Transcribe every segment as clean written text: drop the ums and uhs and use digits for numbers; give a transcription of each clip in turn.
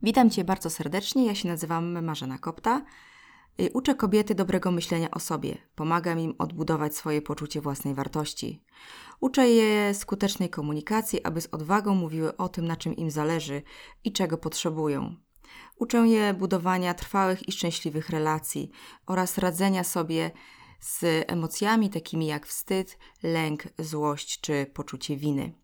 Witam Cię bardzo serdecznie, ja się nazywam Marzena Kopta. Uczę kobiety dobrego myślenia o sobie, pomagam im odbudować swoje poczucie własnej wartości. Uczę je skutecznej komunikacji, aby z odwagą mówiły o tym, na czym im zależy i czego potrzebują. Uczę je budowania trwałych i szczęśliwych relacji oraz radzenia sobie z emocjami takimi jak wstyd, lęk, złość czy poczucie winy.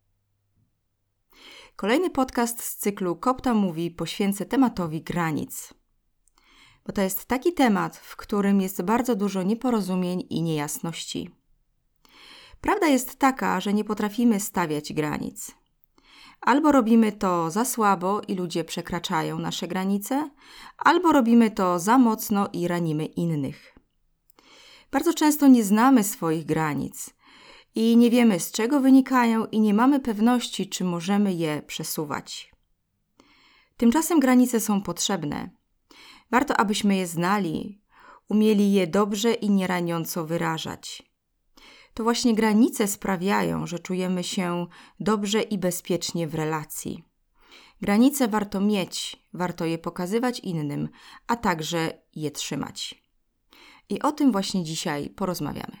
Kolejny podcast z cyklu Kopta Mówi poświęcę tematowi granic. Bo to jest taki temat, w którym jest bardzo dużo nieporozumień i niejasności. Prawda jest taka, że nie potrafimy stawiać granic. Albo robimy to za słabo i ludzie przekraczają nasze granice, albo robimy to za mocno i ranimy innych. Bardzo często nie znamy swoich granic i nie wiemy, z czego wynikają i nie mamy pewności, czy możemy je przesuwać. Tymczasem granice są potrzebne. Warto, abyśmy je znali, umieli je dobrze i nieraniąco wyrażać. To właśnie granice sprawiają, że czujemy się dobrze i bezpiecznie w relacji. Granice warto mieć, warto je pokazywać innym, a także je trzymać. I o tym właśnie dzisiaj porozmawiamy.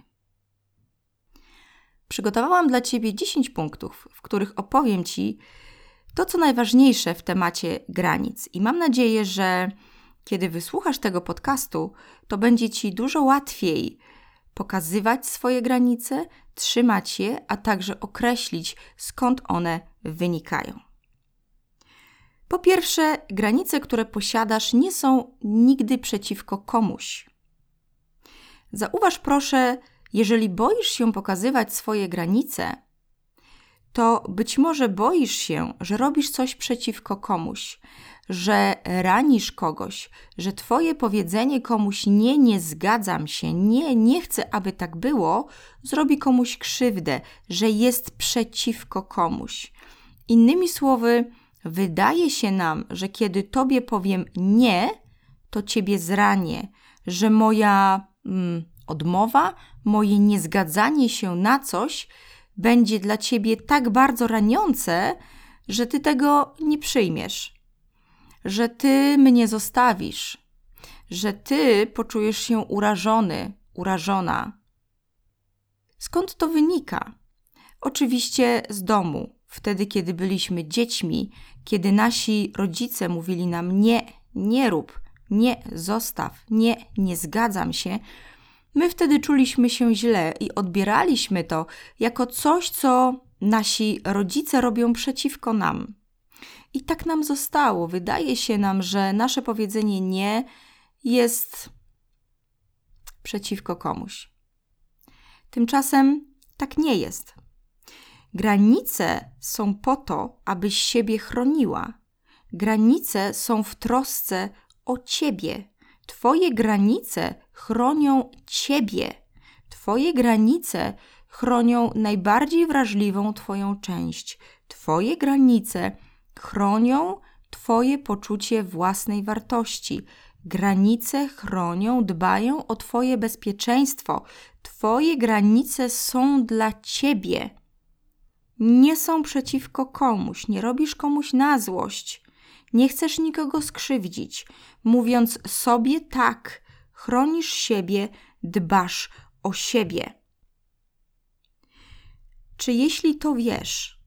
Przygotowałam dla Ciebie 10 punktów, w których opowiem Ci to, co najważniejsze w temacie granic. I mam nadzieję, że kiedy wysłuchasz tego podcastu, to będzie Ci dużo łatwiej pokazywać swoje granice, trzymać je, a także określić, skąd one wynikają. Po pierwsze, granice, które posiadasz, nie są nigdy przeciwko komuś. Zauważ proszę, jeżeli boisz się pokazywać swoje granice, to być może boisz się, że robisz coś przeciwko komuś, że ranisz kogoś, że Twoje powiedzenie komuś nie zgadzam się, nie chcę, aby tak było, zrobi komuś krzywdę, że jest przeciwko komuś. Innymi słowy, wydaje się nam, że kiedy Tobie powiem nie, to Ciebie zranię, że moja odmowa, moje niezgadzanie się na coś będzie dla Ciebie tak bardzo raniące, że Ty tego nie przyjmiesz, że Ty mnie zostawisz, że Ty poczujesz się urażony, urażona. Skąd to wynika? Oczywiście z domu. Wtedy, kiedy byliśmy dziećmi, kiedy nasi rodzice mówili nam nie rób, nie zostaw, nie zgadzam się, my wtedy czuliśmy się źle i odbieraliśmy to jako coś, co nasi rodzice robią przeciwko nam. I tak nam zostało. Wydaje się nam, że nasze powiedzenie nie jest przeciwko komuś. Tymczasem tak nie jest. Granice są po to, abyś siebie chroniła. Granice są w trosce o Ciebie. Twoje granice chronią Ciebie. Twoje granice chronią najbardziej wrażliwą Twoją część. Twoje granice chronią Twoje poczucie własnej wartości. Granice chronią, dbają o Twoje bezpieczeństwo. Twoje granice są dla Ciebie. Nie są przeciwko komuś, nie robisz komuś na złość. Nie chcesz nikogo skrzywdzić. Mówiąc sobie tak, chronisz siebie, dbasz o siebie. Czy jeśli to wiesz,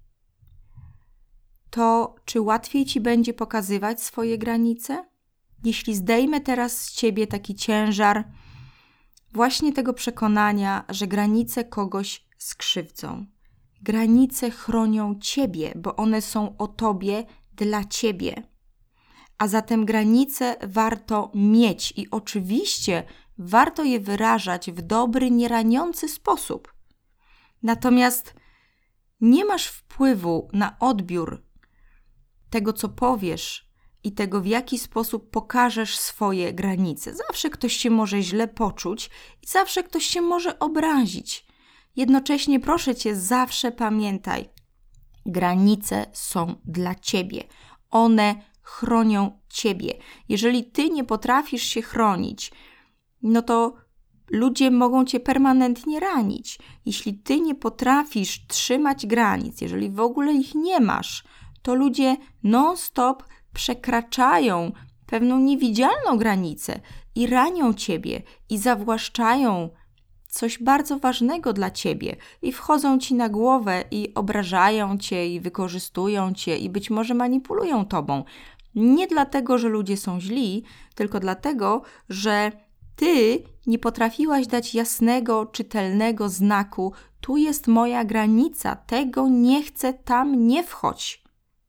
to czy łatwiej Ci będzie pokazywać swoje granice? Jeśli zdejmę teraz z Ciebie taki ciężar właśnie tego przekonania, że granice kogoś skrzywdzą. Granice chronią Ciebie, bo one są o Tobie, dla Ciebie. A zatem granice warto mieć i oczywiście warto je wyrażać w dobry, nieraniący sposób. Natomiast nie masz wpływu na odbiór tego, co powiesz i tego, w jaki sposób pokażesz swoje granice. Zawsze ktoś się może źle poczuć i zawsze ktoś się może obrazić. Jednocześnie proszę Cię, zawsze pamiętaj, granice są dla Ciebie. One chronią Ciebie. Jeżeli Ty nie potrafisz się chronić, no to ludzie mogą Cię permanentnie ranić. Jeśli Ty nie potrafisz trzymać granic, jeżeli w ogóle ich nie masz, to ludzie non-stop przekraczają pewną niewidzialną granicę i ranią ciebie i zawłaszczają coś bardzo ważnego dla ciebie i wchodzą ci na głowę i obrażają cię i wykorzystują cię i być może manipulują tobą. Nie dlatego, że ludzie są źli, tylko dlatego, że ty nie potrafiłaś dać jasnego, czytelnego znaku: tu jest moja granica, tego nie chcę, tam nie wchodź.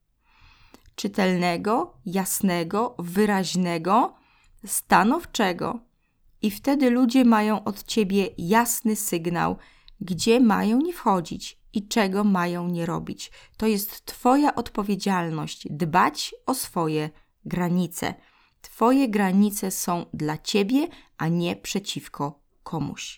Czytelnego, jasnego, wyraźnego, stanowczego. I wtedy ludzie mają od ciebie jasny sygnał, gdzie mają nie wchodzić i czego mają nie robić. To jest twoja odpowiedzialność dbać o swoje granice. Twoje granice są dla ciebie, a nie przeciwko komuś.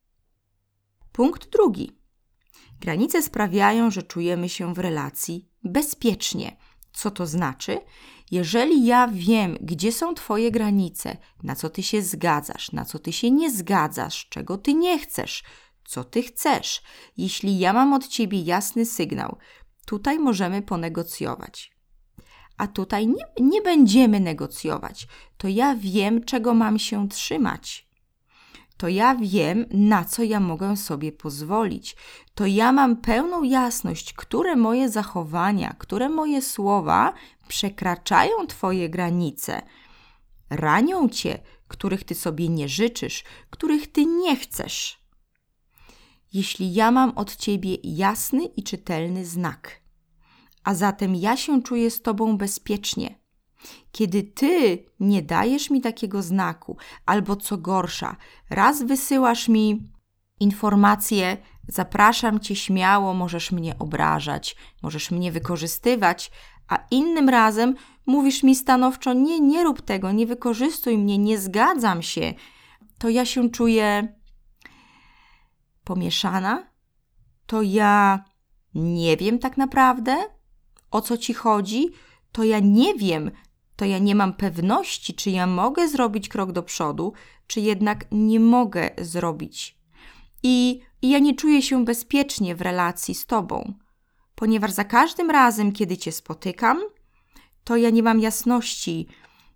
Punkt drugi. Granice sprawiają, że czujemy się w relacji bezpiecznie. Co to znaczy? Jeżeli ja wiem, gdzie są twoje granice, na co ty się zgadzasz, na co ty się nie zgadzasz, czego ty nie chcesz, co ty chcesz, jeśli ja mam od ciebie jasny sygnał, tutaj możemy ponegocjować. A tutaj nie będziemy negocjować. To ja wiem, czego mam się trzymać. To ja wiem, na co ja mogę sobie pozwolić. To ja mam pełną jasność, które moje zachowania, które moje słowa przekraczają twoje granice, ranią cię, których ty sobie nie życzysz, których ty nie chcesz. Jeśli ja mam od ciebie jasny i czytelny znak, a zatem ja się czuję z tobą bezpiecznie. Kiedy ty nie dajesz mi takiego znaku, albo co gorsza, raz wysyłasz mi informację: zapraszam cię śmiało, możesz mnie obrażać, możesz mnie wykorzystywać, a innym razem mówisz mi stanowczo: nie rób tego, nie wykorzystuj mnie, nie zgadzam się, to ja się czuję pomieszana, to ja nie wiem tak naprawdę, o co ci chodzi, to ja nie wiem, to ja nie mam pewności, czy ja mogę zrobić krok do przodu, czy jednak nie mogę zrobić. I ja nie czuję się bezpiecznie w relacji z tobą, ponieważ za każdym razem, kiedy cię spotykam, to ja nie mam jasności,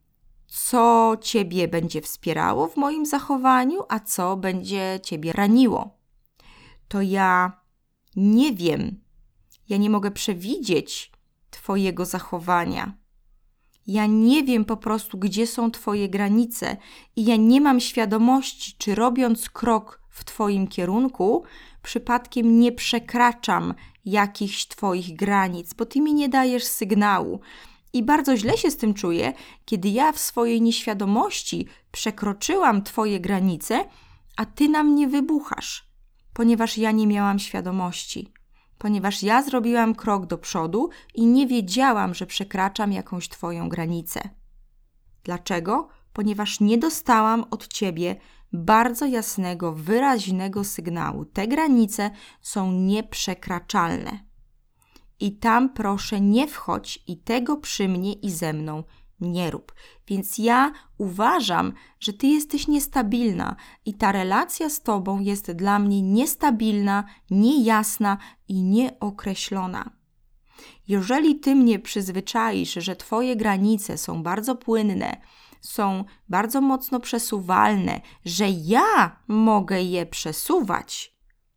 co ciebie będzie wspierało w moim zachowaniu, a co będzie ciebie raniło. To ja nie wiem, ja nie mogę przewidzieć twojego zachowania. Ja nie wiem po prostu, gdzie są twoje granice i ja nie mam świadomości, czy robiąc krok w twoim kierunku, przypadkiem nie przekraczam jakichś twoich granic, bo ty mi nie dajesz sygnału. I bardzo źle się z tym czuję, kiedy ja w swojej nieświadomości przekroczyłam twoje granice, a ty na mnie wybuchasz, ponieważ ja nie miałam świadomości. Ponieważ ja zrobiłam krok do przodu i nie wiedziałam, że przekraczam jakąś twoją granicę. Dlaczego? Ponieważ nie dostałam od ciebie bardzo jasnego, wyraźnego sygnału. Te granice są nieprzekraczalne. I tam proszę nie wchodź i tego przy mnie i ze mną nie rób. Więc ja uważam, że ty jesteś niestabilna i ta relacja z tobą jest dla mnie niestabilna, niejasna i nieokreślona. Jeżeli ty mnie przyzwyczaisz, że twoje granice są bardzo płynne, są bardzo mocno przesuwalne, że ja mogę je przesuwać,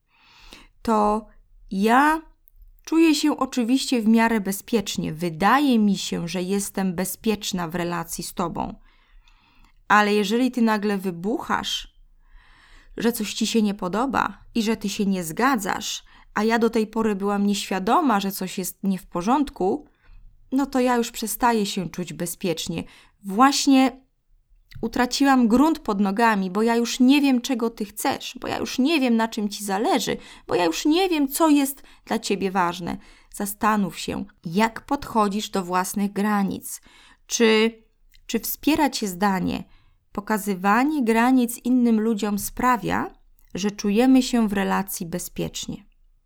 to ja czuję się oczywiście w miarę bezpiecznie. Wydaje mi się, że jestem bezpieczna w relacji z tobą. Ale jeżeli ty nagle wybuchasz, że coś ci się nie podoba i że ty się nie zgadzasz, a ja do tej pory byłam nieświadoma, że coś jest nie w porządku, no to ja już przestaję się czuć bezpiecznie. Właśnie utraciłam grunt pod nogami, bo ja już nie wiem, czego ty chcesz, bo ja już nie wiem, na czym ci zależy, bo ja już nie wiem, co jest dla ciebie ważne. Zastanów się, jak podchodzisz do własnych granic. Czy wspiera cię zdanie: pokazywanie granic innym ludziom sprawia, że czujemy się w relacji bezpiecznie?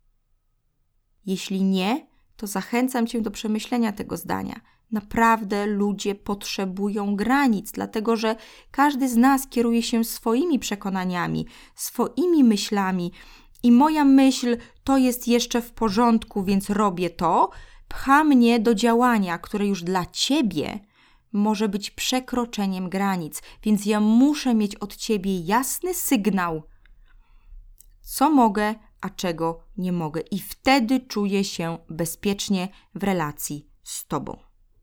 Jeśli nie, to zachęcam cię do przemyślenia tego zdania. Naprawdę ludzie potrzebują granic, dlatego że każdy z nas kieruje się swoimi przekonaniami, swoimi myślami i moja myśl to jest jeszcze w porządku, więc robię to, pcha mnie do działania, które już dla ciebie może być przekroczeniem granic, więc ja muszę mieć od Ciebie jasny sygnał, co mogę, a czego nie mogę. I wtedy czuję się bezpiecznie w relacji z Tobą.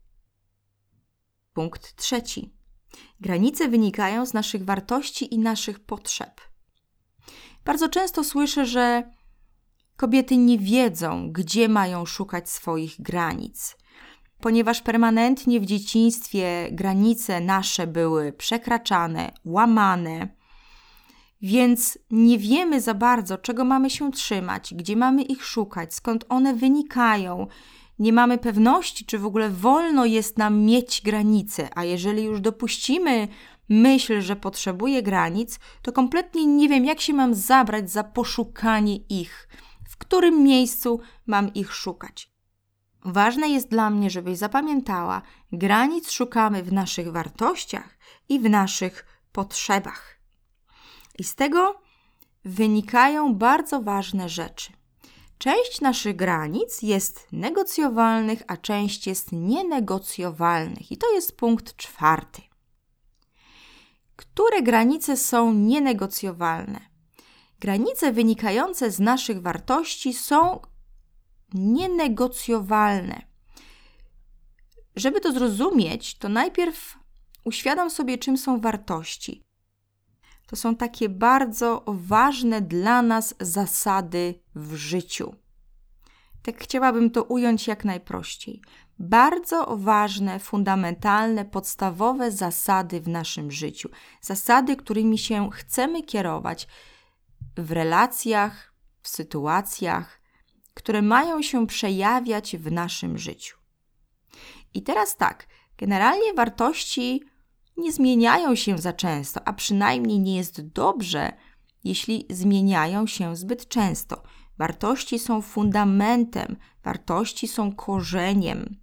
Punkt 3. Granice wynikają z naszych wartości i naszych potrzeb. Bardzo często słyszę, że kobiety nie wiedzą, gdzie mają szukać swoich granic. Ponieważ permanentnie w dzieciństwie granice nasze były przekraczane, łamane, więc nie wiemy za bardzo, czego mamy się trzymać, gdzie mamy ich szukać, skąd one wynikają. Nie mamy pewności, czy w ogóle wolno jest nam mieć granice, a jeżeli już dopuścimy myśl, że potrzebuję granic, to kompletnie nie wiem, jak się mam zabrać za poszukanie ich, w którym miejscu mam ich szukać. Ważne jest dla mnie, żebyś zapamiętała, granic szukamy w naszych wartościach i w naszych potrzebach. I z tego wynikają bardzo ważne rzeczy. Część naszych granic jest negocjowalnych, a część jest nienegocjowalnych. I to jest punkt 4. Które granice są nienegocjowalne? Granice wynikające z naszych wartości są nienegocjowalne. Żeby to zrozumieć, to najpierw uświadom sobie, czym są wartości. To są takie bardzo ważne dla nas zasady w życiu. Tak chciałabym to ująć jak najprościej. Bardzo ważne, fundamentalne, podstawowe zasady w naszym życiu. Zasady, którymi się chcemy kierować w relacjach, w sytuacjach, które mają się przejawiać w naszym życiu. I teraz tak, generalnie wartości nie zmieniają się za często, a przynajmniej nie jest dobrze, jeśli zmieniają się zbyt często. Wartości są fundamentem, wartości są korzeniem.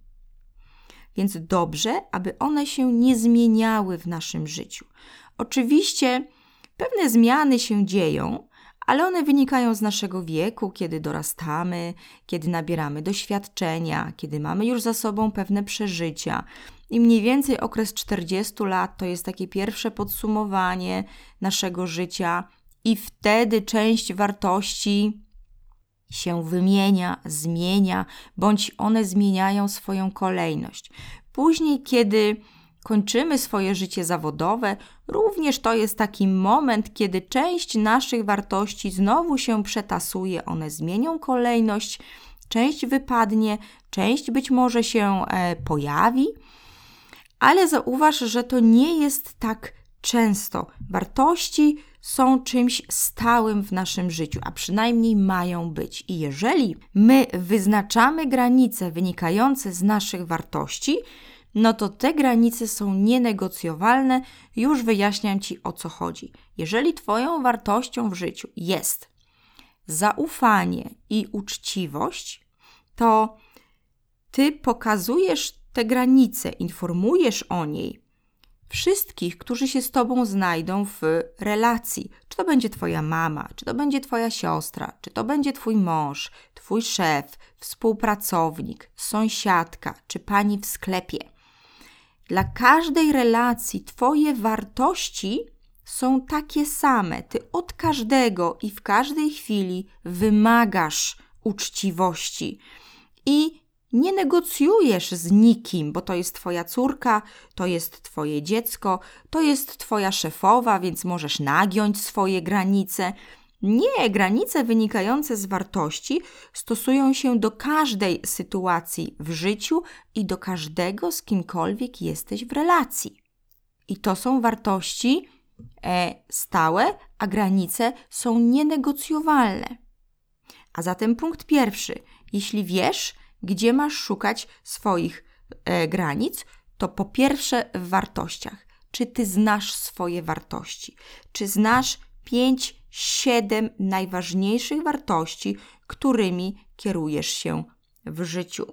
Więc dobrze, aby one się nie zmieniały w naszym życiu. Oczywiście pewne zmiany się dzieją, ale one wynikają z naszego wieku, kiedy dorastamy, kiedy nabieramy doświadczenia, kiedy mamy już za sobą pewne przeżycia. I mniej więcej okres 40 lat to jest takie pierwsze podsumowanie naszego życia i wtedy część wartości się wymienia, zmienia, bądź one zmieniają swoją kolejność. Później, kiedy kończymy swoje życie zawodowe, również to jest taki moment, kiedy część naszych wartości znowu się przetasuje, one zmienią kolejność, część wypadnie, część być może się pojawi, ale zauważ, że to nie jest tak często. Wartości są czymś stałym w naszym życiu, a przynajmniej mają być. I jeżeli my wyznaczamy granice wynikające z naszych wartości, no to te granice są nienegocjowalne. Już wyjaśniam Ci, o co chodzi. Jeżeli Twoją wartością w życiu jest zaufanie i uczciwość, to Ty pokazujesz te granice, informujesz o niej wszystkich, którzy się z Tobą znajdą w relacji. Czy to będzie Twoja mama, czy to będzie Twoja siostra, czy to będzie Twój mąż, Twój szef, współpracownik, sąsiadka, czy pani w sklepie. Dla każdej relacji Twoje wartości są takie same. Ty od każdego i w każdej chwili wymagasz uczciwości i nie negocjujesz z nikim, bo to jest Twoja córka, to jest Twoje dziecko, to jest Twoja szefowa, więc możesz nagiąć swoje granice. Nie, granice wynikające z wartości stosują się do każdej sytuacji w życiu i do każdego, z kimkolwiek jesteś w relacji. I to są wartości stałe, a granice są nienegocjowalne. A zatem punkt pierwszy. Jeśli wiesz, gdzie masz szukać swoich granic, to po pierwsze w wartościach. Czy ty znasz swoje wartości? Czy znasz 5-7 najważniejszych wartości, którymi kierujesz się w życiu?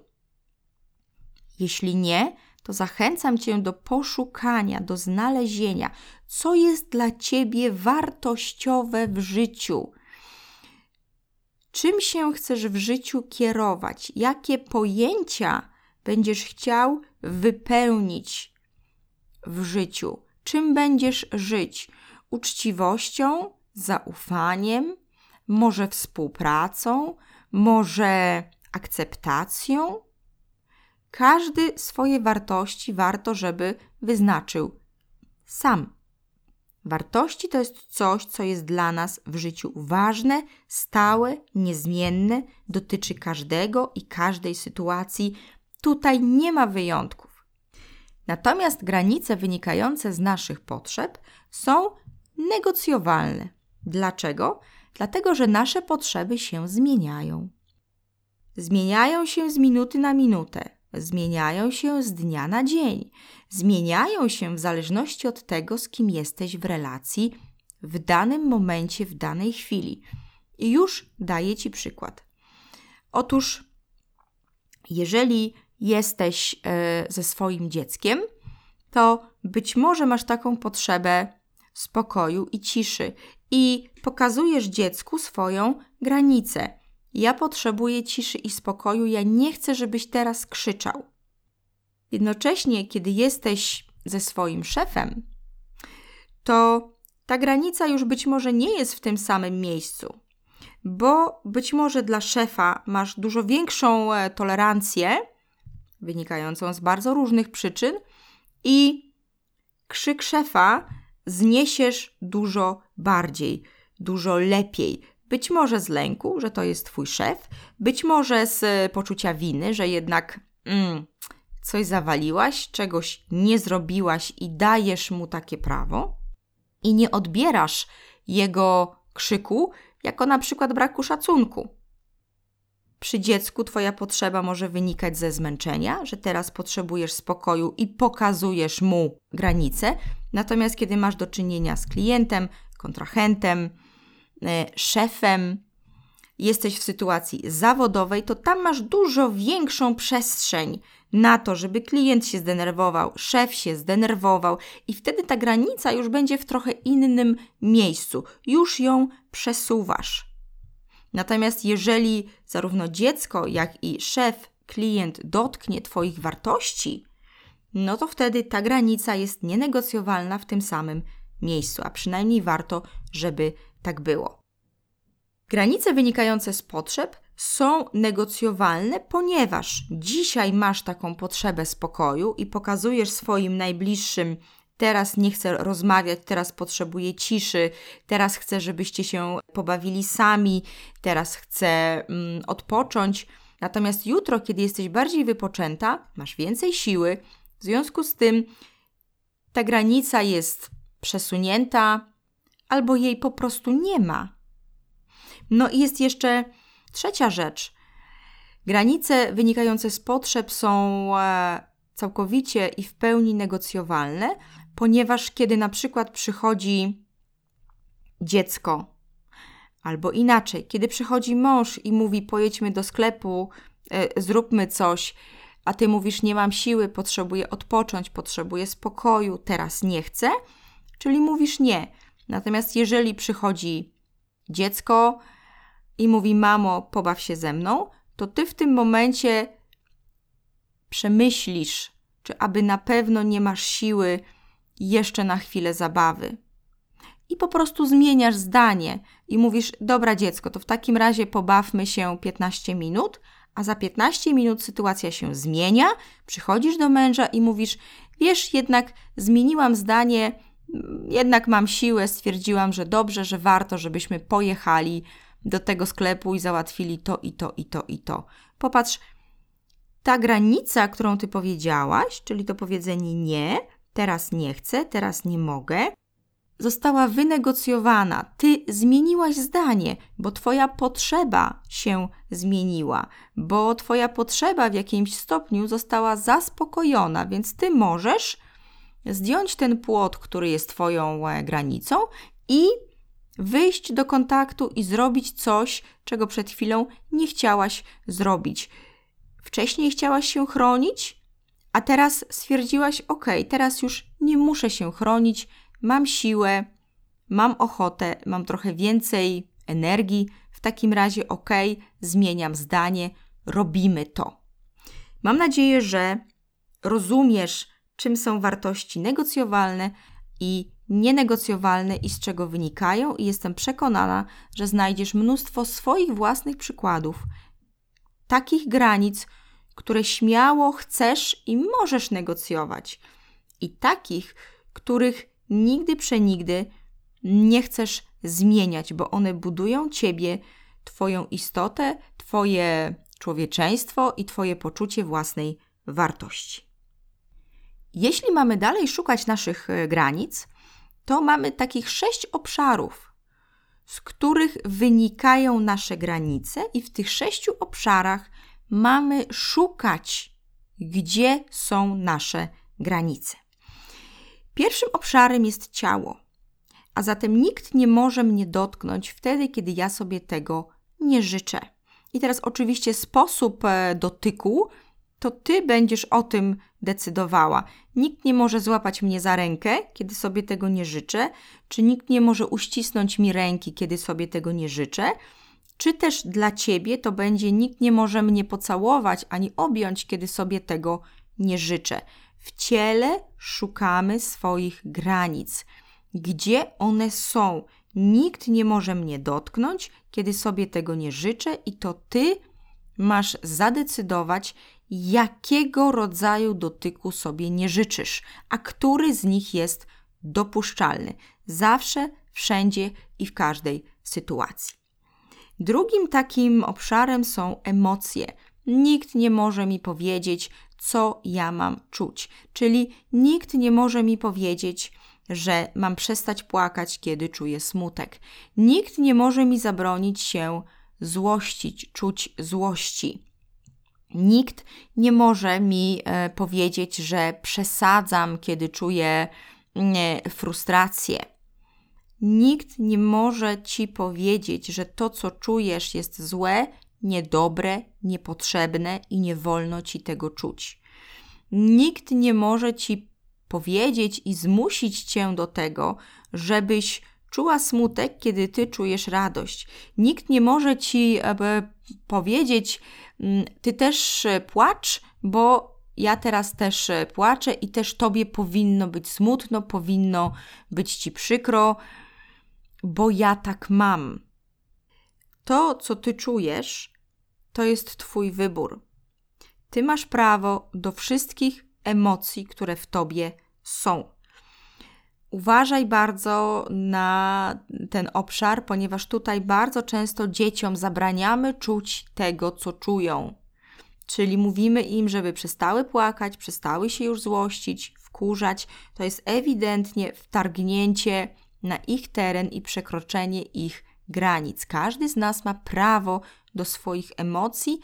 Jeśli nie, to zachęcam Cię do poszukania, do znalezienia, co jest dla Ciebie wartościowe w życiu. Czym się chcesz w życiu kierować? Jakie pojęcia będziesz chciał wypełnić w życiu? Czym będziesz żyć? Uczciwością, zaufaniem, może współpracą, może akceptacją? Każdy swoje wartości warto, żeby wyznaczył sam. Wartości to jest coś, co jest dla nas w życiu ważne, stałe, niezmienne, dotyczy każdego i każdej sytuacji. Tutaj nie ma wyjątków. Natomiast granice wynikające z naszych potrzeb są negocjowalne. Dlaczego? Dlatego, że nasze potrzeby się zmieniają. Zmieniają się z minuty na minutę. Zmieniają się z dnia na dzień. Zmieniają się w zależności od tego, z kim jesteś w relacji w danym momencie, w danej chwili. I już daję Ci przykład. Otóż, jeżeli jesteś ze swoim dzieckiem, to być może masz taką potrzebę spokoju i ciszy i pokazujesz dziecku swoją granicę. Ja potrzebuję ciszy i spokoju, ja nie chcę, żebyś teraz krzyczał. Jednocześnie, kiedy jesteś ze swoim szefem, to ta granica już być może nie jest w tym samym miejscu, bo być może dla szefa masz dużo większą tolerancję, wynikającą z bardzo różnych przyczyn i krzyk szefa zniesiesz dużo bardziej, dużo lepiej. Być może z lęku, że to jest twój szef, być może z poczucia winy, że jednak coś zawaliłaś, czegoś nie zrobiłaś i dajesz mu takie prawo i nie odbierasz jego krzyku jako na przykład braku szacunku. Przy dziecku twoja potrzeba może wynikać ze zmęczenia, że teraz potrzebujesz spokoju i pokazujesz mu granice, natomiast kiedy masz do czynienia z klientem, kontrahentem, szefem, jesteś w sytuacji zawodowej, to tam masz dużo większą przestrzeń na to, żeby klient się zdenerwował, szef się zdenerwował i wtedy ta granica już będzie w trochę innym miejscu. Już ją przesuwasz. Natomiast jeżeli zarówno dziecko, jak i szef, klient dotknie twoich wartości, no to wtedy ta granica jest nienegocjowalna w tym samym miejscu, a przynajmniej warto, żeby tak było. Granice wynikające z potrzeb są negocjowalne, ponieważ dzisiaj masz taką potrzebę spokoju i pokazujesz swoim najbliższym: teraz nie chcę rozmawiać, teraz potrzebuję ciszy, teraz chcę, żebyście się pobawili sami, teraz chcę odpocząć. Natomiast jutro, kiedy jesteś bardziej wypoczęta, masz więcej siły, w związku z tym ta granica jest przesunięta albo jej po prostu nie ma. No i jest jeszcze trzecia rzecz. Granice wynikające z potrzeb są całkowicie i w pełni negocjowalne, ponieważ kiedy na przykład przychodzi dziecko, albo inaczej, kiedy przychodzi mąż i mówi: pojedźmy do sklepu, zróbmy coś, a ty mówisz: nie mam siły, potrzebuję odpocząć, potrzebuję spokoju, teraz nie chcę, czyli mówisz nie. Natomiast jeżeli przychodzi dziecko i mówi: mamo, pobaw się ze mną, to ty w tym momencie przemyślisz, czy aby na pewno nie masz siły jeszcze na chwilę zabawy. I po prostu zmieniasz zdanie i mówisz: dobra dziecko, to w takim razie pobawmy się 15 minut, a za 15 minut sytuacja się zmienia, przychodzisz do męża i mówisz: wiesz, jednak zmieniłam zdanie, jednak mam siłę, stwierdziłam, że dobrze, że warto, żebyśmy pojechali do tego sklepu i załatwili to i to i to i to. Popatrz, ta granica, którą ty powiedziałaś, czyli to powiedzenie nie, teraz nie chcę, teraz nie mogę, została wynegocjowana. Ty zmieniłaś zdanie, bo twoja potrzeba się zmieniła, bo twoja potrzeba w jakimś stopniu została zaspokojona, więc ty możesz zdjąć ten płot, który jest twoją granicą i wyjść do kontaktu i zrobić coś, czego przed chwilą nie chciałaś zrobić. Wcześniej chciałaś się chronić, a teraz stwierdziłaś: ok, teraz już nie muszę się chronić, mam siłę, mam ochotę, mam trochę więcej energii, w takim razie ok, zmieniam zdanie, robimy to. Mam nadzieję, że rozumiesz, czym są wartości negocjowalne i nienegocjowalne i z czego wynikają, i jestem przekonana, że znajdziesz mnóstwo swoich własnych przykładów, takich granic, które śmiało chcesz i możesz negocjować, i takich, których nigdy przenigdy nie chcesz zmieniać, bo one budują Ciebie, Twoją istotę, Twoje człowieczeństwo i Twoje poczucie własnej wartości. Jeśli mamy dalej szukać naszych granic, to mamy takich 6 obszarów, z których wynikają nasze granice, i w tych 6 obszarach mamy szukać, gdzie są nasze granice. Pierwszym obszarem jest ciało, a zatem nikt nie może mnie dotknąć wtedy, kiedy ja sobie tego nie życzę. I teraz oczywiście sposób dotyku to Ty będziesz o tym decydowała. Nikt nie może złapać mnie za rękę, kiedy sobie tego nie życzę, czy nikt nie może uścisnąć mi ręki, kiedy sobie tego nie życzę, czy też dla Ciebie to będzie nikt nie może mnie pocałować ani objąć, kiedy sobie tego nie życzę. W ciele szukamy swoich granic. Gdzie one są? Nikt nie może mnie dotknąć, kiedy sobie tego nie życzę, i to Ty masz zadecydować, jakiego rodzaju dotyku sobie nie życzysz, a który z nich jest dopuszczalny. Zawsze, wszędzie i w każdej sytuacji. Drugim takim obszarem są emocje. Nikt nie może mi powiedzieć, co ja mam czuć. Czyli nikt nie może mi powiedzieć, że mam przestać płakać, kiedy czuję smutek. Nikt nie może mi zabronić się złościć, czuć złości. Nikt nie może mi powiedzieć, że przesadzam, kiedy czuję frustrację. Nikt nie może Ci powiedzieć, że to, co czujesz, jest złe, niedobre, niepotrzebne i nie wolno Ci tego czuć. Nikt nie może Ci powiedzieć i zmusić Cię do tego, żebyś czuła smutek, kiedy Ty czujesz radość. Nikt nie może Ci powiedzieć, Ty też płacz, bo ja teraz też płaczę i też Tobie powinno być smutno, powinno być Ci przykro, bo ja tak mam. To, co Ty czujesz, to jest Twój wybór. Ty masz prawo do wszystkich emocji, które w Tobie są. Uważaj bardzo na ten obszar, ponieważ tutaj bardzo często dzieciom zabraniamy czuć tego, co czują. Czyli mówimy im, żeby przestały płakać, przestały się już złościć, wkurzać. To jest ewidentnie wtargnięcie na ich teren i przekroczenie ich granic. Każdy z nas ma prawo do swoich emocji,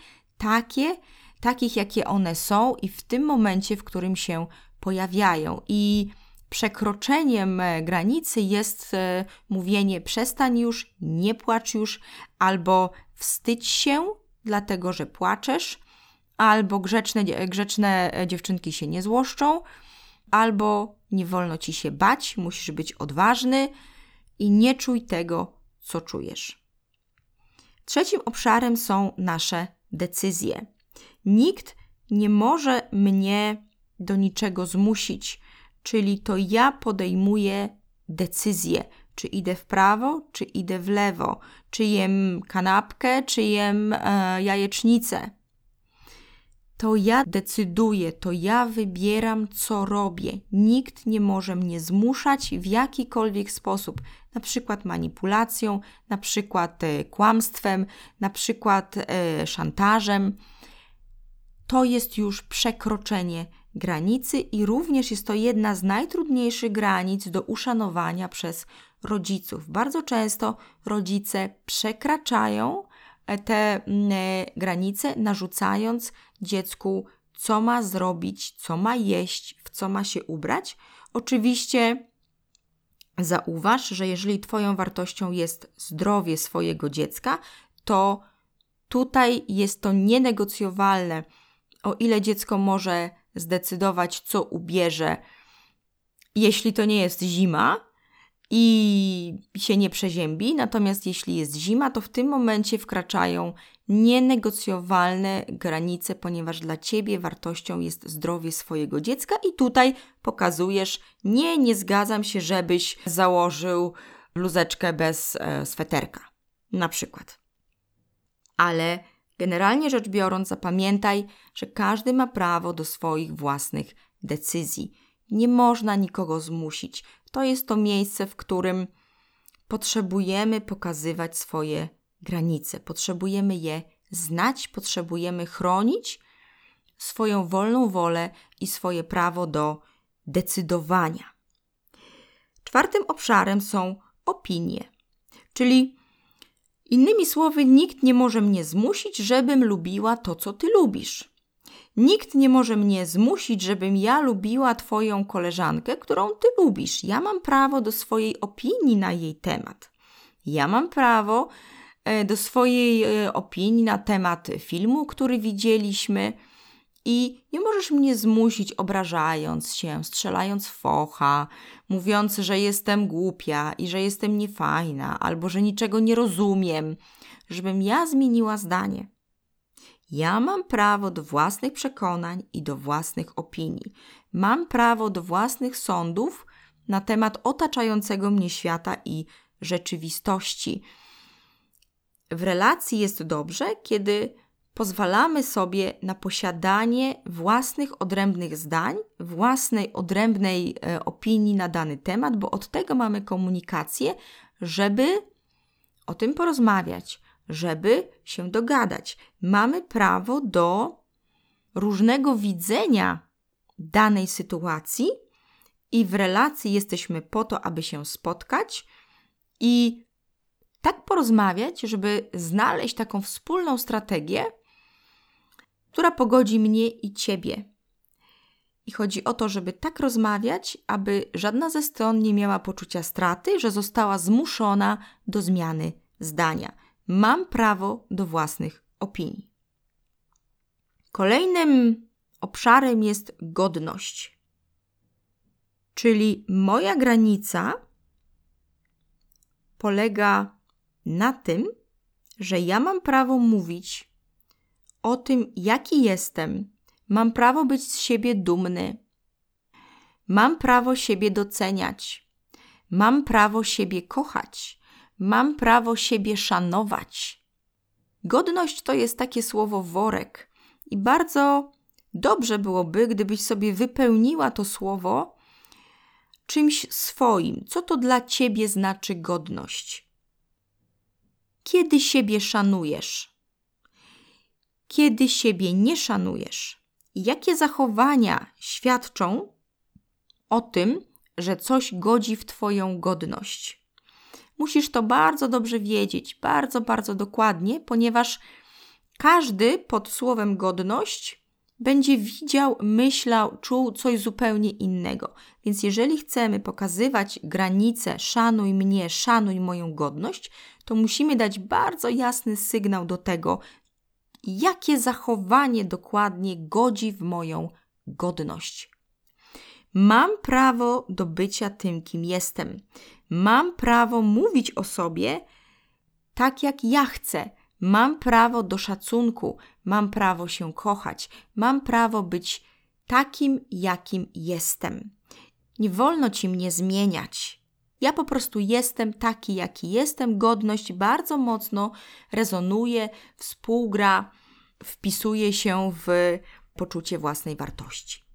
takich jakie one są i w tym momencie, w którym się pojawiają. I przekroczeniem granicy jest mówienie przestań już, nie płacz już, albo wstydź się, dlatego że płaczesz, albo grzeczne dziewczynki się nie złoszczą, albo nie wolno Ci się bać, musisz być odważny i nie czuj tego, co czujesz. Trzecim obszarem są nasze decyzje. Nikt nie może mnie do niczego zmusić, czyli to ja podejmuję decyzję, czy idę w prawo, czy idę w lewo, czy jem kanapkę, czy jem jajecznicę. To ja decyduję, to ja wybieram, co robię. Nikt nie może mnie zmuszać w jakikolwiek sposób, na przykład manipulacją, na przykład kłamstwem, na przykład szantażem. To jest już przekroczenie granicy i również jest to jedna z najtrudniejszych granic do uszanowania przez rodziców. Bardzo często rodzice przekraczają te granice, narzucając dziecku, co ma zrobić, co ma jeść, w co ma się ubrać. Oczywiście zauważ, że jeżeli Twoją wartością jest zdrowie swojego dziecka, to tutaj jest to nienegocjowalne. O ile dziecko może zdecydować, co ubierze, jeśli to nie jest zima, i się nie przeziębi. Natomiast jeśli jest zima, to w tym momencie wkraczają nienegocjowalne granice, ponieważ dla Ciebie wartością jest zdrowie swojego dziecka i tutaj pokazujesz, nie zgadzam się, żebyś założył bluzeczkę bez sweterka, na przykład. Ale generalnie rzecz biorąc, zapamiętaj, że każdy ma prawo do swoich własnych decyzji. Nie można nikogo zmusić. To jest to miejsce, w którym potrzebujemy pokazywać swoje granice. Potrzebujemy je znać, potrzebujemy chronić swoją wolną wolę i swoje prawo do decydowania. Czwartym obszarem są opinie, czyli innymi słowy, nikt nie może mnie zmusić, żebym lubiła to, co ty lubisz. Nikt nie może mnie zmusić, żebym ja lubiła twoją koleżankę, którą ty lubisz. Ja mam prawo do swojej opinii na jej temat. Ja mam prawo do swojej opinii na temat filmu, który widzieliśmy i nie możesz mnie zmusić, obrażając się, strzelając w focha, mówiąc, że jestem głupia i że jestem niefajna, albo że niczego nie rozumiem, żebym ja zmieniła zdanie. Ja mam prawo do własnych przekonań i do własnych opinii. Mam prawo do własnych sądów na temat otaczającego mnie świata i rzeczywistości. W relacji jest dobrze, kiedy pozwalamy sobie na posiadanie własnych odrębnych zdań, własnej odrębnej opinii na dany temat, bo od tego mamy komunikację, żeby o tym porozmawiać, żeby się dogadać. Mamy prawo do różnego widzenia danej sytuacji i w relacji jesteśmy po to, aby się spotkać i tak porozmawiać, żeby znaleźć taką wspólną strategię, która pogodzi mnie i Ciebie. I chodzi o to, żeby tak rozmawiać, aby żadna ze stron nie miała poczucia straty, że została zmuszona do zmiany zdania. Mam prawo do własnych opinii. Kolejnym obszarem jest godność. Czyli moja granica polega na tym, że ja mam prawo mówić o tym, jaki jestem. Mam prawo być z siebie dumny. Mam prawo siebie doceniać. Mam prawo siebie kochać. Mam prawo siebie szanować. Godność to jest takie słowo worek i bardzo dobrze byłoby, gdybyś sobie wypełniła to słowo czymś swoim. Co to dla Ciebie znaczy godność? Kiedy siebie szanujesz? Kiedy siebie nie szanujesz? Jakie zachowania świadczą o tym, że coś godzi w Twoją godność? Musisz to bardzo dobrze wiedzieć, bardzo, bardzo dokładnie, ponieważ każdy pod słowem godność będzie widział, myślał, czuł coś zupełnie innego. Więc jeżeli chcemy pokazywać granice, szanuj mnie, szanuj moją godność, to musimy dać bardzo jasny sygnał do tego, jakie zachowanie dokładnie godzi w moją godność. Mam prawo do bycia tym, kim jestem. Mam prawo mówić o sobie tak, jak ja chcę. Mam prawo do szacunku. Mam prawo się kochać. Mam prawo być takim, jakim jestem. Nie wolno Ci mnie zmieniać. Ja po prostu jestem taki, jaki jestem. Godność bardzo mocno rezonuje, współgra, wpisuje się w poczucie własnej wartości.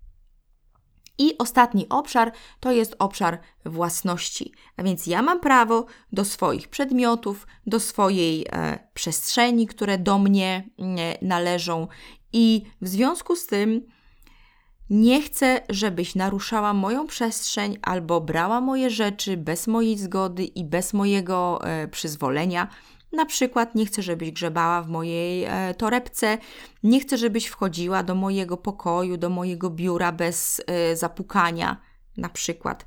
I ostatni obszar to jest obszar własności. A więc ja mam prawo do swoich przedmiotów, do swojej przestrzeni, które do mnie należą i w związku z tym nie chcę, żebyś naruszała moją przestrzeń albo brała moje rzeczy bez mojej zgody i bez mojego przyzwolenia. Na przykład nie chcę, żebyś grzebała w mojej torebce, nie chcę, żebyś wchodziła do mojego pokoju, do mojego biura bez zapukania, na przykład.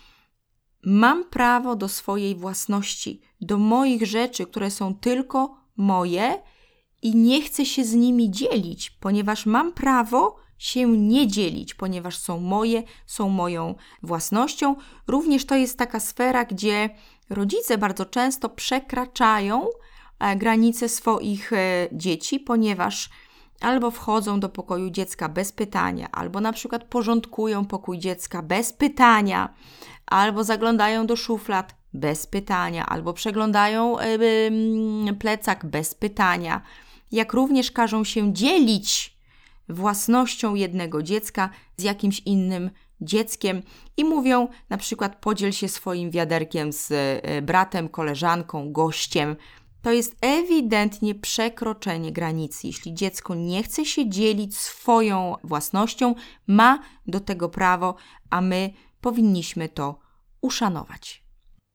Mam prawo do swojej własności, do moich rzeczy, które są tylko moje i nie chcę się z nimi dzielić, ponieważ mam prawo się nie dzielić, ponieważ są moje, są moją własnością. Również to jest taka sfera, gdzie rodzice bardzo często przekraczają granice swoich dzieci, ponieważ albo wchodzą do pokoju dziecka bez pytania, albo na przykład porządkują pokój dziecka bez pytania, albo zaglądają do szuflad bez pytania, albo przeglądają plecak bez pytania. Jak również każą się dzielić własnością jednego dziecka z jakimś innym dzieckiem i mówią na przykład podziel się swoim wiaderkiem z bratem, koleżanką, gościem. To jest ewidentnie przekroczenie granicy. Jeśli dziecko nie chce się dzielić swoją własnością, ma do tego prawo, a my powinniśmy to uszanować.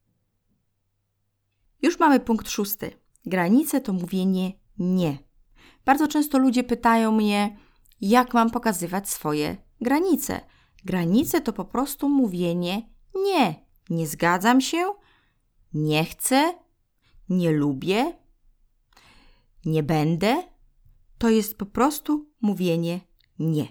Już mamy punkt 6. Granice to mówienie nie. Bardzo często ludzie pytają mnie, jak mam pokazywać swoje granice. Granice to po prostu mówienie nie. Nie zgadzam się, nie chcę, nie lubię, nie będę. To jest po prostu mówienie nie.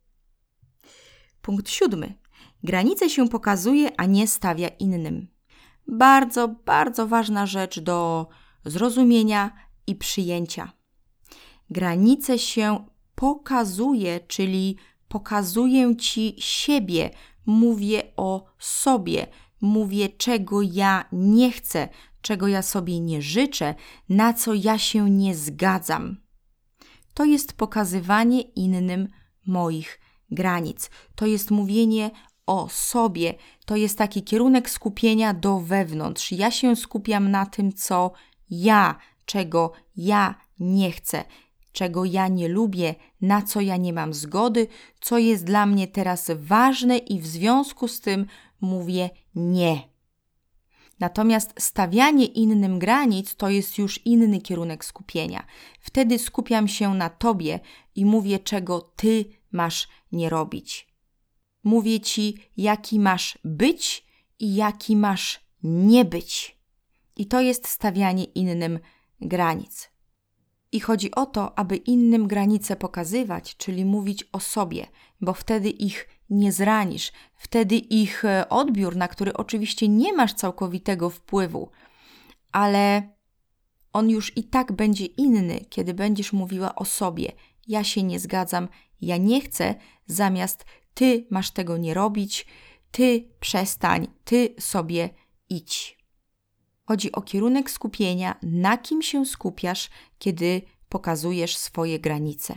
Punkt 7. Granice się pokazuje, a nie stawia innym. Bardzo, bardzo ważna rzecz do zrozumienia i przyjęcia. Granice się pokazuje, czyli pokazuję Ci siebie, mówię o sobie, mówię czego ja nie chcę, czego ja sobie nie życzę, na co ja się nie zgadzam. To jest pokazywanie innym moich granic. To jest mówienie o sobie. To jest taki kierunek skupienia do wewnątrz. Ja się skupiam na tym, co ja, czego ja nie chcę, czego ja nie lubię, na co ja nie mam zgody, co jest dla mnie teraz ważne i w związku z tym mówię nie. Natomiast stawianie innym granic to jest już inny kierunek skupienia. Wtedy skupiam się na Tobie i mówię, czego Ty masz nie robić. Mówię Ci, jaki masz być i jaki masz nie być. I to jest stawianie innym granic. I chodzi o to, aby innym granice pokazywać, czyli mówić o sobie, bo wtedy ich nie zranisz. Wtedy ich odbiór, na który oczywiście nie masz całkowitego wpływu, ale on już i tak będzie inny, kiedy będziesz mówiła o sobie. Ja się nie zgadzam, ja nie chcę, zamiast Ty masz tego nie robić, Ty przestań, Ty sobie idź. Chodzi o kierunek skupienia, na kim się skupiasz, kiedy pokazujesz swoje granice.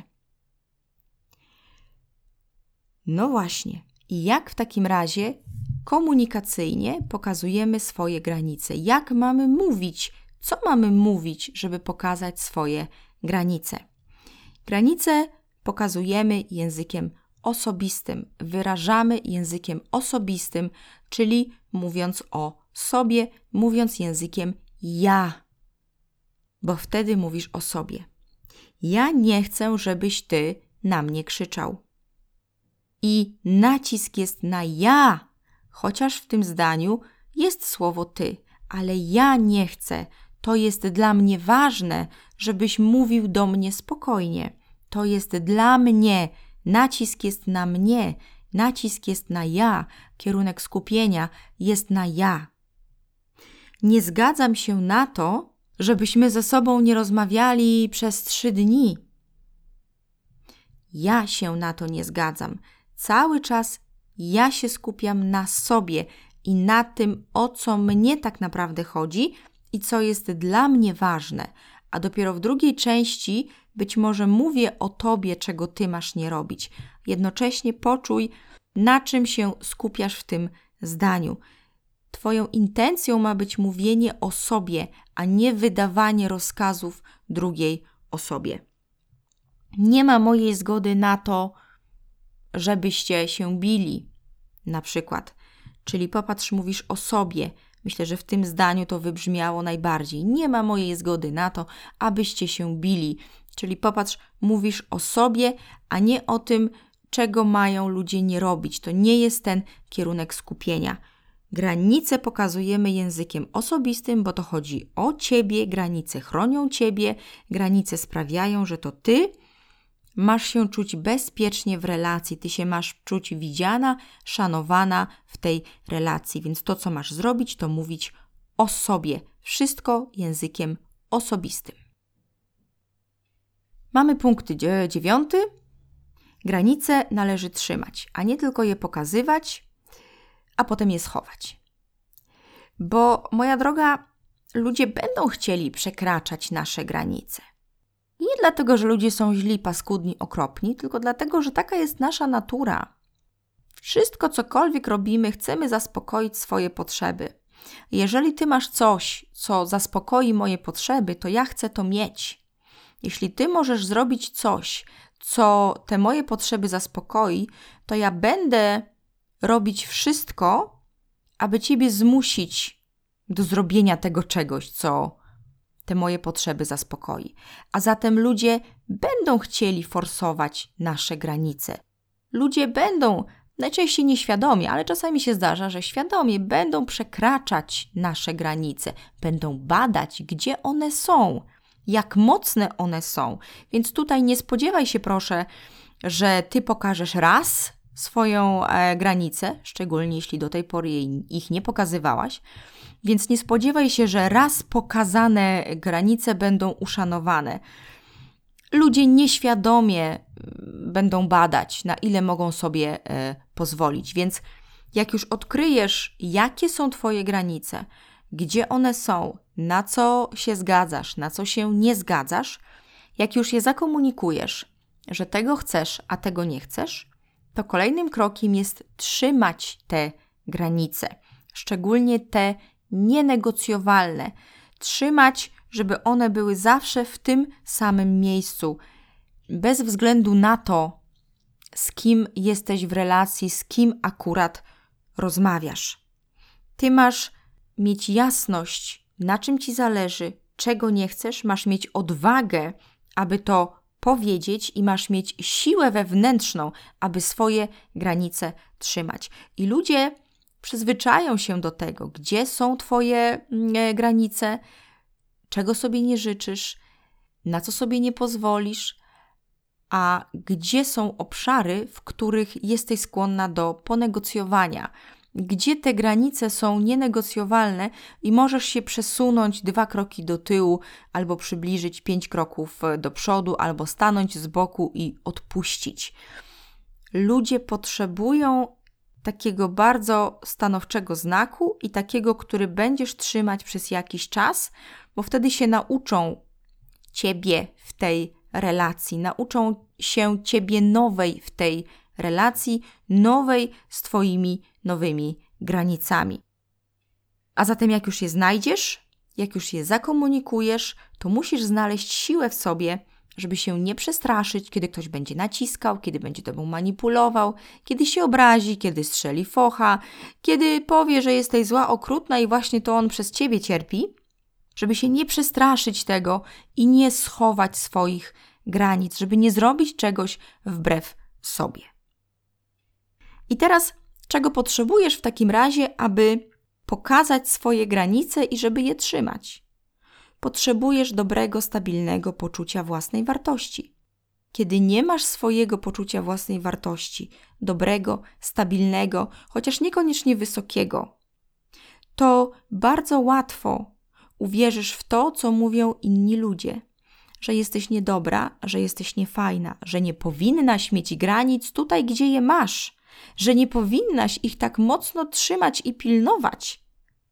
No właśnie. I jak w takim razie komunikacyjnie pokazujemy swoje granice? Jak mamy mówić? Co mamy mówić, żeby pokazać swoje granice? Granice pokazujemy językiem osobistym, wyrażamy językiem osobistym, czyli mówiąc o sobie, mówiąc językiem ja, bo wtedy mówisz o sobie. Ja nie chcę, żebyś Ty na mnie krzyczał. I nacisk jest na ja, chociaż w tym zdaniu jest słowo Ty, ale ja nie chcę. To jest dla mnie ważne, żebyś mówił do mnie spokojnie. To jest dla mnie. Nacisk jest na mnie. Nacisk jest na ja. Kierunek skupienia jest na ja. Nie zgadzam się na to, żebyśmy ze sobą nie rozmawiali przez 3 dni. Ja się na to nie zgadzam. Cały czas ja się skupiam na sobie i na tym, o co mnie tak naprawdę chodzi i co jest dla mnie ważne. A dopiero w drugiej części być może mówię o Tobie, czego Ty masz nie robić. Jednocześnie poczuj, na czym się skupiasz w tym zdaniu. Twoją intencją ma być mówienie o sobie, a nie wydawanie rozkazów drugiej osobie. Nie ma mojej zgody na to, żebyście się bili, na przykład. Czyli popatrz, mówisz o sobie. Myślę, że w tym zdaniu to wybrzmiało najbardziej. Nie ma mojej zgody na to, abyście się bili. Czyli popatrz, mówisz o sobie, a nie o tym, czego mają ludzie nie robić. To nie jest ten kierunek skupienia. Granice pokazujemy językiem osobistym, bo to chodzi o Ciebie, granice chronią Ciebie, granice sprawiają, że to Ty, masz się czuć bezpiecznie w relacji, ty się masz czuć widziana, szanowana w tej relacji, więc to, co masz zrobić, to mówić o sobie. Wszystko językiem osobistym. Mamy punkt 9. Granice należy trzymać, a nie tylko je pokazywać, a potem je schować. Bo, moja droga, ludzie będą chcieli przekraczać nasze granice. I nie dlatego, że ludzie są źli, paskudni, okropni, tylko dlatego, że taka jest nasza natura. Wszystko, cokolwiek robimy, chcemy zaspokoić swoje potrzeby. Jeżeli ty masz coś, co zaspokoi moje potrzeby, to ja chcę to mieć. Jeśli ty możesz zrobić coś, co te moje potrzeby zaspokoi, to ja będę robić wszystko, aby ciebie zmusić do zrobienia tego czegoś, co te moje potrzeby zaspokoi. A zatem ludzie będą chcieli forsować nasze granice. Ludzie będą, najczęściej nieświadomie, ale czasami się zdarza, że świadomie będą przekraczać nasze granice, będą badać, gdzie one są, jak mocne one są. Więc tutaj nie spodziewaj się, proszę, że ty pokażesz raz swoją granicę, szczególnie jeśli do tej pory ich nie pokazywałaś. Więc nie spodziewaj się, że raz pokazane granice będą uszanowane. Ludzie nieświadomie będą badać, na ile mogą sobie pozwolić. Więc jak już odkryjesz, jakie są twoje granice, gdzie one są, na co się zgadzasz, na co się nie zgadzasz, jak już je zakomunikujesz, że tego chcesz, a tego nie chcesz, to kolejnym krokiem jest trzymać te granice, szczególnie te nienegocjowalne. Trzymać, żeby one były zawsze w tym samym miejscu, bez względu na to, z kim jesteś w relacji, z kim akurat rozmawiasz. Ty masz mieć jasność, na czym ci zależy, czego nie chcesz, masz mieć odwagę, aby to powiedzieć i masz mieć siłę wewnętrzną, aby swoje granice trzymać. I ludzie przyzwyczają się do tego, gdzie są twoje granice, czego sobie nie życzysz, na co sobie nie pozwolisz, a gdzie są obszary, w których jesteś skłonna do ponegocjowania, gdzie te granice są nienegocjowalne i możesz się przesunąć 2 kroki do tyłu, albo przybliżyć 5 kroków do przodu, albo stanąć z boku i odpuścić. Ludzie potrzebują takiego bardzo stanowczego znaku i takiego, który będziesz trzymać przez jakiś czas, bo wtedy się nauczą ciebie w tej relacji, nauczą się ciebie nowej w tej relacji, nowej z twoimi nowymi granicami. A zatem jak już je znajdziesz, jak już je zakomunikujesz, to musisz znaleźć siłę w sobie, żeby się nie przestraszyć, kiedy ktoś będzie naciskał, kiedy będzie tobą manipulował, kiedy się obrazi, kiedy strzeli focha, kiedy powie, że jesteś zła, okrutna i właśnie to on przez ciebie cierpi, żeby się nie przestraszyć tego i nie schować swoich granic, żeby nie zrobić czegoś wbrew sobie. I teraz, czego potrzebujesz w takim razie, aby pokazać swoje granice i żeby je trzymać? Potrzebujesz dobrego, stabilnego poczucia własnej wartości. Kiedy nie masz swojego poczucia własnej wartości, dobrego, stabilnego, chociaż niekoniecznie wysokiego, to bardzo łatwo uwierzysz w to, co mówią inni ludzie, że jesteś niedobra, że jesteś niefajna, że nie powinnaś mieć granic tutaj, gdzie je masz, że nie powinnaś ich tak mocno trzymać i pilnować,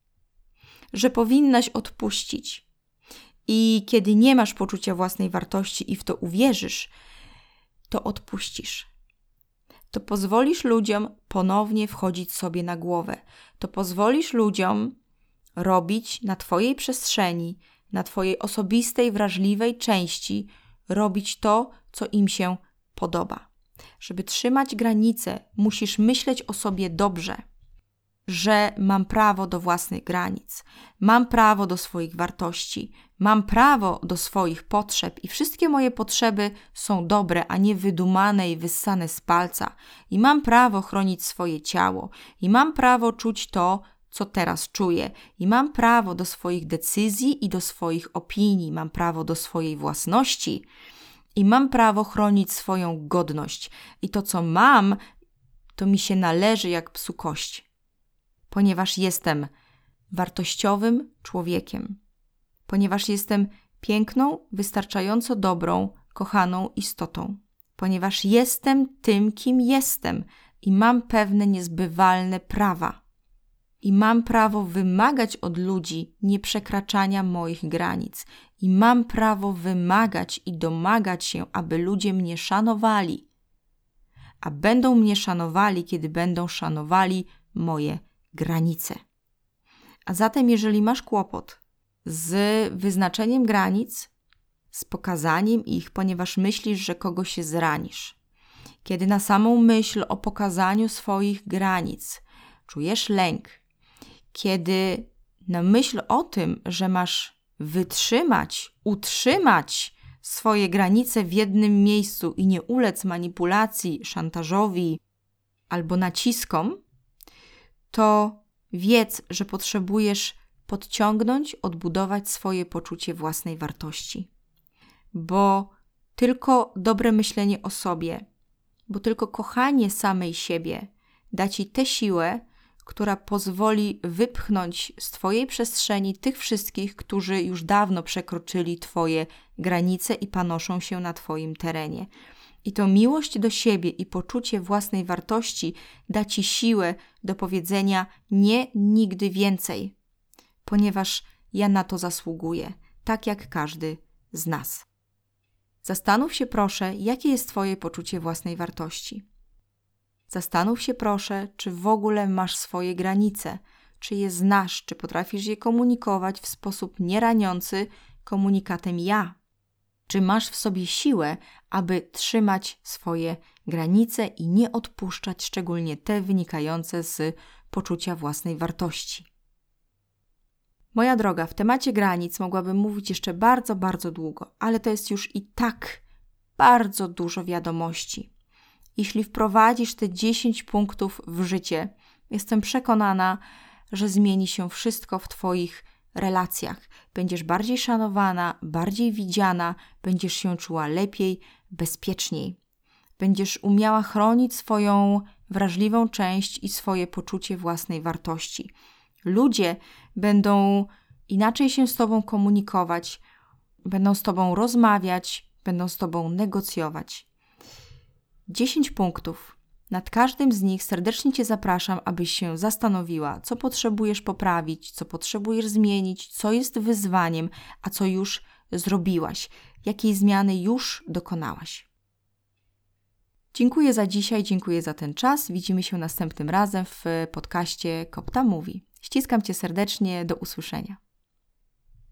że powinnaś odpuścić. I kiedy nie masz poczucia własnej wartości i w to uwierzysz, to odpuścisz. To pozwolisz ludziom ponownie wchodzić sobie na głowę. To pozwolisz ludziom robić na twojej przestrzeni, na twojej osobistej, wrażliwej części, robić to, co im się podoba. Żeby trzymać granice, musisz myśleć o sobie dobrze, że mam prawo do własnych granic, mam prawo do swoich wartości, mam prawo do swoich potrzeb i wszystkie moje potrzeby są dobre, a nie wydumane i wyssane z palca. I mam prawo chronić swoje ciało i mam prawo czuć to, co teraz czuję. I mam prawo do swoich decyzji i do swoich opinii, mam prawo do swojej własności I mam prawo chronić swoją godność. I to, co mam, to mi się należy jak psu kość. Ponieważ jestem wartościowym człowiekiem. Ponieważ jestem piękną, wystarczająco dobrą, kochaną istotą. Ponieważ jestem tym, kim jestem i mam pewne niezbywalne prawa. I mam prawo wymagać od ludzi nieprzekraczania moich granic. I mam prawo wymagać i domagać się, aby ludzie mnie szanowali. A będą mnie szanowali, kiedy będą szanowali moje granice. A zatem, jeżeli masz kłopot z wyznaczeniem granic, z pokazaniem ich, ponieważ myślisz, że kogoś się zranisz, kiedy na samą myśl o pokazaniu swoich granic czujesz lęk, kiedy na myśl o tym, że masz wytrzymać, utrzymać swoje granice w jednym miejscu i nie ulec manipulacji, szantażowi albo naciskom, to wiedz, że potrzebujesz podciągnąć, odbudować swoje poczucie własnej wartości. Bo tylko dobre myślenie o sobie, bo tylko kochanie samej siebie da ci tę siłę, która pozwoli wypchnąć z twojej przestrzeni tych wszystkich, którzy już dawno przekroczyli twoje granice i panoszą się na twoim terenie. I to miłość do siebie i poczucie własnej wartości da ci siłę do powiedzenia nie nigdy więcej, ponieważ ja na to zasługuję, tak jak każdy z nas. Zastanów się proszę, jakie jest twoje poczucie własnej wartości. Zastanów się proszę, czy w ogóle masz swoje granice, czy je znasz, czy potrafisz je komunikować w sposób nieraniący komunikatem ja. Czy masz w sobie siłę, aby trzymać swoje granice i nie odpuszczać, szczególnie te wynikające z poczucia własnej wartości. Moja droga, w temacie granic mogłabym mówić jeszcze bardzo, bardzo długo, ale to jest już i tak bardzo dużo wiadomości. Jeśli wprowadzisz te 10 punktów w życie, jestem przekonana, że zmieni się wszystko w twoich relacjach. Będziesz bardziej szanowana, bardziej widziana, będziesz się czuła lepiej, bezpieczniej. Będziesz umiała chronić swoją wrażliwą część i swoje poczucie własnej wartości. Ludzie będą inaczej się z tobą komunikować, będą z tobą rozmawiać, będą z tobą negocjować. 10 punktów. Nad każdym z nich serdecznie cię zapraszam, abyś się zastanowiła, co potrzebujesz poprawić, co potrzebujesz zmienić, co jest wyzwaniem, a co już zrobiłaś, jakiej zmiany już dokonałaś. Dziękuję za dzisiaj, dziękuję za ten czas. Widzimy się następnym razem w podcaście Kopta Mówi. Ściskam cię serdecznie, do usłyszenia.